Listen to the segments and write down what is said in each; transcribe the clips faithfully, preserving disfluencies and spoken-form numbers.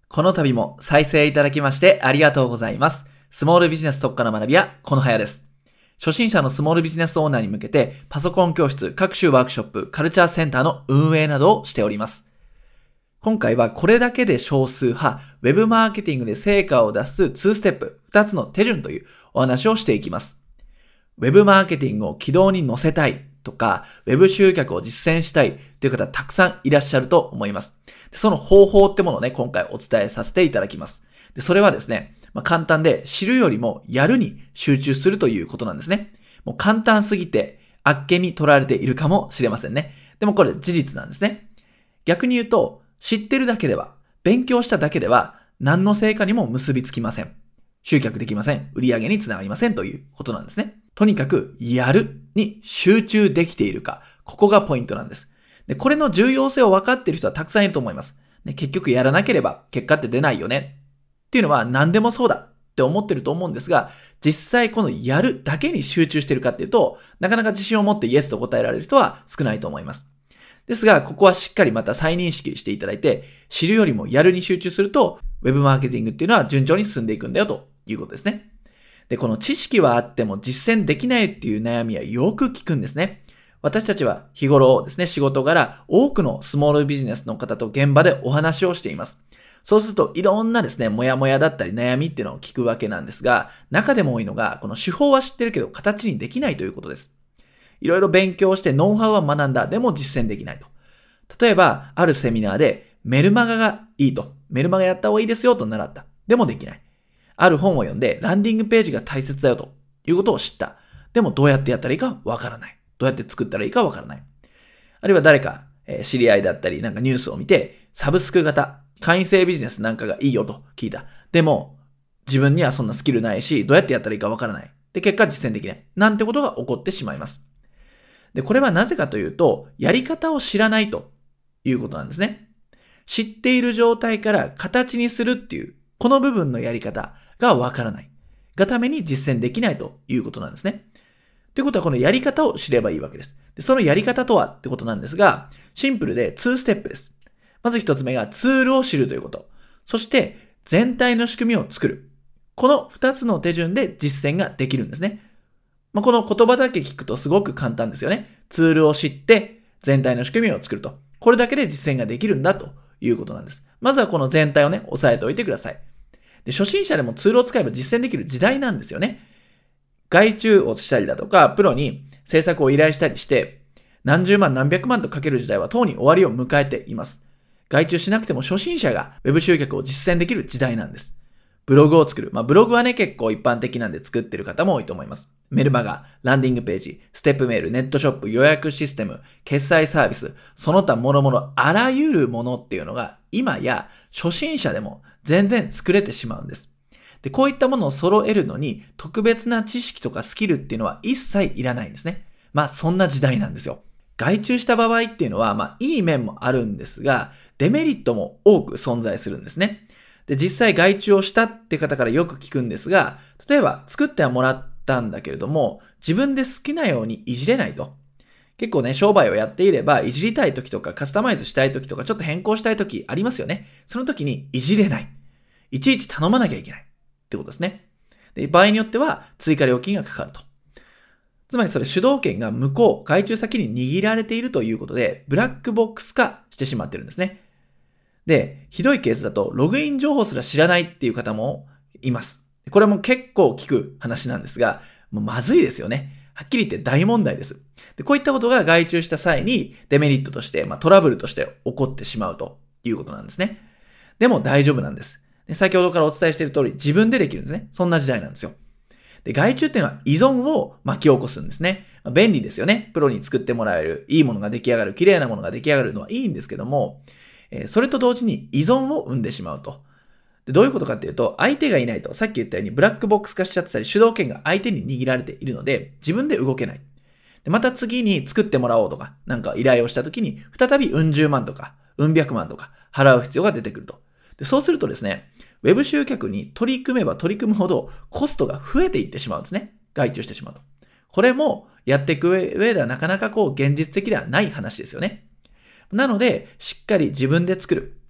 この度も再生いただきましてありがとうございます。スモールビジネス特化の学び屋、このはやです。初心者のスモールビジネスオーナーに向けて、パソコン教室、各種ワークショップ、カルチャーセンターの運営などをしております。今回はこれだけで少数派、ウェブマーケティングで成果を出すにステップ、ふたつの手順というお話をしていきます。ウェブマーケティングを軌道に乗せたいとか、ウェブ集客を実践したいという方たくさんいらっしゃると思います。でその方法ってものをね、今回お伝えさせていただきます。でそれはですね、まあ、簡単で知るよりもやるに集中するということなんですね。もう簡単すぎてあっけに取られているかもしれませんね。でもこれ事実なんですね。逆に言うと、知ってるだけでは、勉強しただけでは何の成果にも結びつきません。集客できません。売り上げにつながりませんということなんですね。とにかくやるに集中できているか、ここがポイントなんです。で、これの重要性を分かっている人はたくさんいると思います。ね、結局やらなければ結果って出ないよね。っていうのは何でもそうだって思ってると思うんですが、実際このやるだけに集中しているかっていうと、なかなか自信を持ってイエスと答えられる人は少ないと思います。ですが、ここはしっかりまた再認識していただいて、知るよりもやるに集中すると、ウェブマーケティングっていうのは順調に進んでいくんだよということですね。で、この知識はあっても実践できないっていう悩みはよく聞くんですね。私たちは日頃ですね、仕事柄多くのスモールビジネスの方と現場でお話をしています。そうするといろんなですね、もやもやだったり悩みっていうのを聞くわけなんですが、中でも多いのが、この手法は知ってるけど形にできないということです。いろいろ勉強してノウハウは学んだ、でも実践できないと。例えば、あるセミナーでメルマガがいいと。メルマガやった方がいいですよと習った。でもできない。ある本を読んでランディングページが大切だよということを知った。でもどうやってやったらいいかわからない。どうやって作ったらいいかわからない。あるいは誰か、えー、知り合いだったりなんかニュースを見て、サブスク型、会員制ビジネスなんかがいいよと聞いた。でも自分にはそんなスキルないし、どうやってやったらいいかわからない。で、結果実践できない。なんてことが起こってしまいます。で、これはなぜかというと、やり方を知らないということなんですね。知っている状態から形にするっていう、この部分のやり方がわからない。がために実践できないということなんですね。ということはこのやり方を知ればいいわけです。で、そのやり方とはってことなんですが、シンプルでにステップです。まず一つ目がツールを知るということ。そして全体の仕組みを作る。この二つの手順で実践ができるんですね。まあ、この言葉だけ聞くとすごく簡単ですよね。ツールを知って全体の仕組みを作ると。これだけで実践ができるんだということなんです。まずはこの全体をね、押さえておいてください。で、初心者でもツールを使えば実践できる時代なんですよね。外注をしたりだとか、プロに制作を依頼したりして、何十万何百万とかける時代はとうに終わりを迎えています。外注しなくても初心者がウェブ集客を実践できる時代なんです。ブログを作る。まあ、ブログはね、結構一般的なんで作ってる方も多いと思います。メルマガ、ランディングページ、ステップメール、ネットショップ、予約システム、決済サービス、その他諸々あらゆるものっていうのが今や初心者でも全然作れてしまうんです。で、こういったものを揃えるのに特別な知識とかスキルっていうのは一切いらないんですね。まあそんな時代なんですよ。外注した場合っていうのはまあいい面もあるんですが、デメリットも多く存在するんですね。で、実際外注をしたって方からよく聞くんですが、例えば作ってはもらったんだけれども、自分で好きなようにいじれないと。結構ね、商売をやっていれば、いじりたい時とかカスタマイズしたい時とかちょっと変更したい時ありますよね。その時にいじれない。いちいち頼まなきゃいけないってことですね。で、場合によっては追加料金がかかると。つまりそれ主導権が向こう、外注先に握られているということで、ブラックボックス化してしまってるんですね。で、ひどいケースだと、ログイン情報すら知らないっていう方もいます。これも結構聞く話なんですが、もうまずいですよね。はっきり言って大問題です。で、こういったことが外注した際にデメリットとして、まあ、トラブルとして起こってしまうということなんですね。でも大丈夫なんです。で、先ほどからお伝えしている通り、自分でできるんですね。そんな時代なんですよ。で、外注っていうのは依存を巻き起こすんですね。まあ、便利ですよね。プロに作ってもらえる、いいものが出来上がる、綺麗なものが出来上がるのはいいんですけども、それと同時に依存を生んでしまうと。で、どういうことかっていうと、相手がいないと、さっき言ったようにブラックボックス化しちゃってたり、主導権が相手に握られているので、自分で動けない。で、また次に作ってもらおうとか、なんか依頼をした時に、再びうん十万とか、うん百万とか払う必要が出てくると。で、そうするとですね、ウェブ集客に取り組めば取り組むほどコストが増えていってしまうんですね。外注してしまうと。これもやっていく上ではなかなかこう現実的ではない話ですよね。なので、しっかり自分で作る。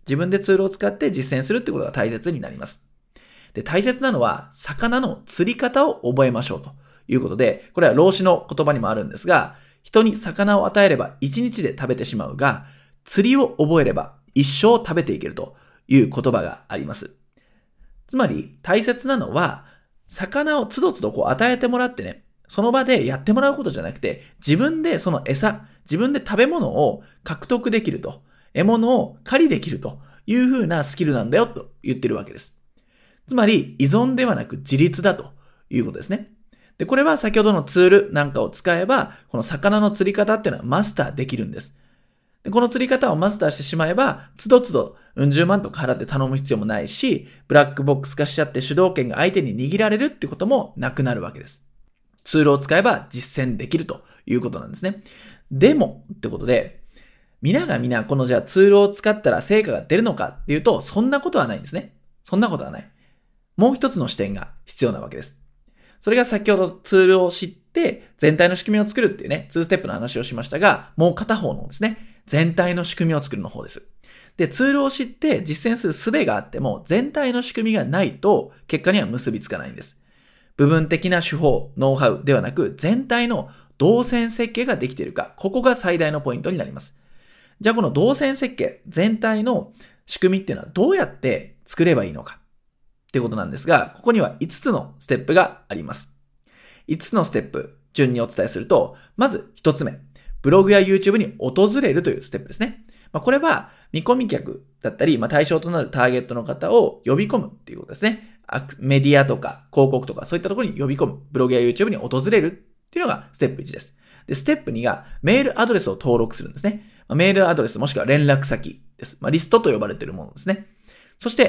自分でツールを使って実践するってことが大切になります。で、大切なのは、魚の釣り方を覚えましょうということで、これは老子の言葉にもあるんですが、人に魚を与えれば一日で食べてしまうが、釣りを覚えれば一生食べていけるという言葉があります。つまり、大切なのは、魚をつどつどこう与えてもらってね、その場でやってもらうことじゃなくて、自分でその餌、自分で食べ物を獲得できると、獲物を狩りできるという風なスキルなんだよと言ってるわけです。つまり、依存ではなく自立だということですね。で、これは先ほどのツールなんかを使えば、この魚の釣り方っていうのはマスターできるんです。で、この釣り方をマスターしてしまえば、つどつどうん十万とか払って頼む必要もないし、ブラックボックス化しちゃって主導権が相手に握られるってこともなくなるわけです。ツールを使えば実践できるということなんですね。でもってことで、皆が皆このじゃあツールを使ったら成果が出るのかっていうと、そんなことはないんですね。そんなことはない。もう一つの視点が必要なわけです。それが先ほどツールを知って全体の仕組みを作るっていうね、ツーステップの話をしましたが、もう片方のですね、全体の仕組みを作るの方です。で、ツールを知って実践する術があっても、全体の仕組みがないと結果には結びつかないんです。部分的な手法、ノウハウではなく、全体の動線設計ができているか、ここが最大のポイントになります。じゃあこの動線設計、全体の仕組みっていうのはどうやって作ればいいのかっていうことなんですが、ここにはいつつのステップがあります。いつつのステップ、順にお伝えすると、まずひとつめ、ブログや YouTube に訪れるというステップですね。まあ、これは見込み客だったり、まあ、対象となるターゲットの方を呼び込むっていうことですね。メディアとか広告とかそういったところに呼び込む。ブログや YouTube に訪れるっていうのがステップいちです。で、ステップにがメールアドレスを登録するんですね。まあ、メールアドレスもしくは連絡先です。まあ、リストと呼ばれているものですね。そして、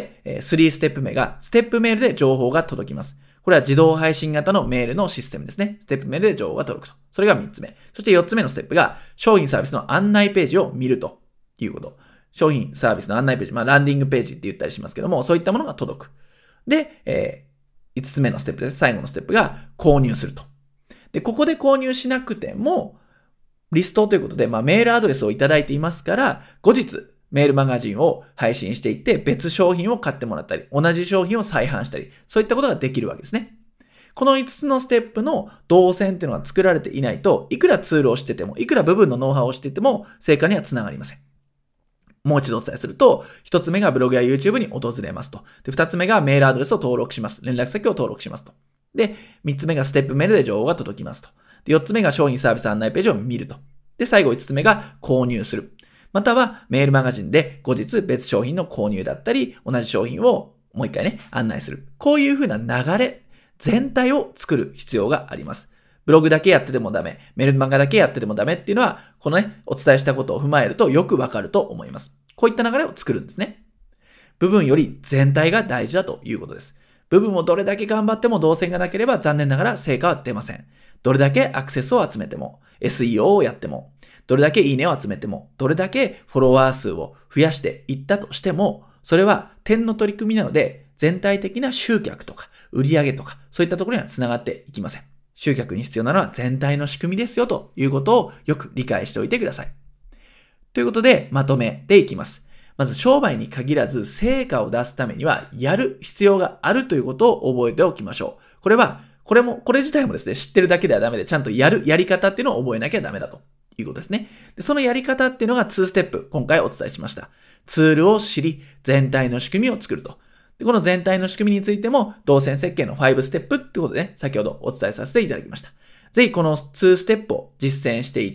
さんステップ目がステップメールで情報が届きます。これは自動配信型のメールのシステムですね。ステップメールで情報が届くと。それがみっつめ。そしてよっつめのステップが商品サービスの案内ページを見るということ。商品サービスの案内ページ、まあランディングページって言ったりしますけども、そういったものが届く。で、えー、いつつめのステップです。最後のステップが購入すると。で、ここで購入しなくても、リストということで、まあメールアドレスをいただいていますから、後日、メールマガジンを配信していって別商品を買ってもらったり、同じ商品を再販したり、そういったことができるわけですね。このいつつのステップの動線っていうのが作られていないと、いくらツールを知ってても、いくら部分のノウハウを知ってても、成果にはつながりません。もう一度お伝えすると、一つ目がブログや YouTube に訪れますと。で、二つ目がメールアドレスを登録します。連絡先を登録しますと。で、三つ目がステップメールで情報が届きますと。で、四つ目が商品サービス案内ページを見ると。で、最後五つ目が購入する。またはメールマガジンで後日別商品の購入だったり、同じ商品をもう一回ね、案内する。こういう風な流れ、全体を作る必要があります。ブログだけやっててもダメ、メールマガだけやっててもダメっていうのは、このね、お伝えしたことを踏まえるとよくわかると思います。こういった流れを作るんですね。部分より全体が大事だということです。部分をどれだけ頑張っても動線がなければ残念ながら成果は出ません。どれだけアクセスを集めても、エスイーオー をやっても、どれだけいいねを集めても、どれだけフォロワー数を増やしていったとしても、それは点の取り組みなので、全体的な集客とか売上とか、そういったところにはつながっていきません。集客に必要なのは全体の仕組みですよということをよく理解しておいてください。ということで、まとめていきます。まず商売に限らず成果を出すためにはやる必要があるということを覚えておきましょう。これは、これも、これ自体もですね、知ってるだけではダメで、ちゃんとやる、やり方っていうのを覚えなきゃダメだということですね。で、そのやり方っていうのがにステップ、今回お伝えしました。ツールを知り、全体の仕組みを作ると。で、この全体の仕組みについても、動線設計のごステップってことでね、先ほどお伝えさせていただきました。ぜひこのにステップを実践していって、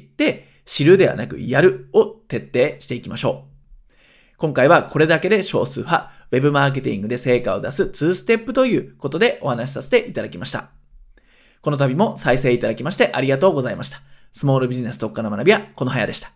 知るではなくやるを徹底していきましょう。今回はこれだけで少数派、ウェブマーケティングで成果を出すにステップということでお話しさせていただきました。この度も再生いただきましてありがとうございました。スモールビジネス特化の学びはこのはやでした。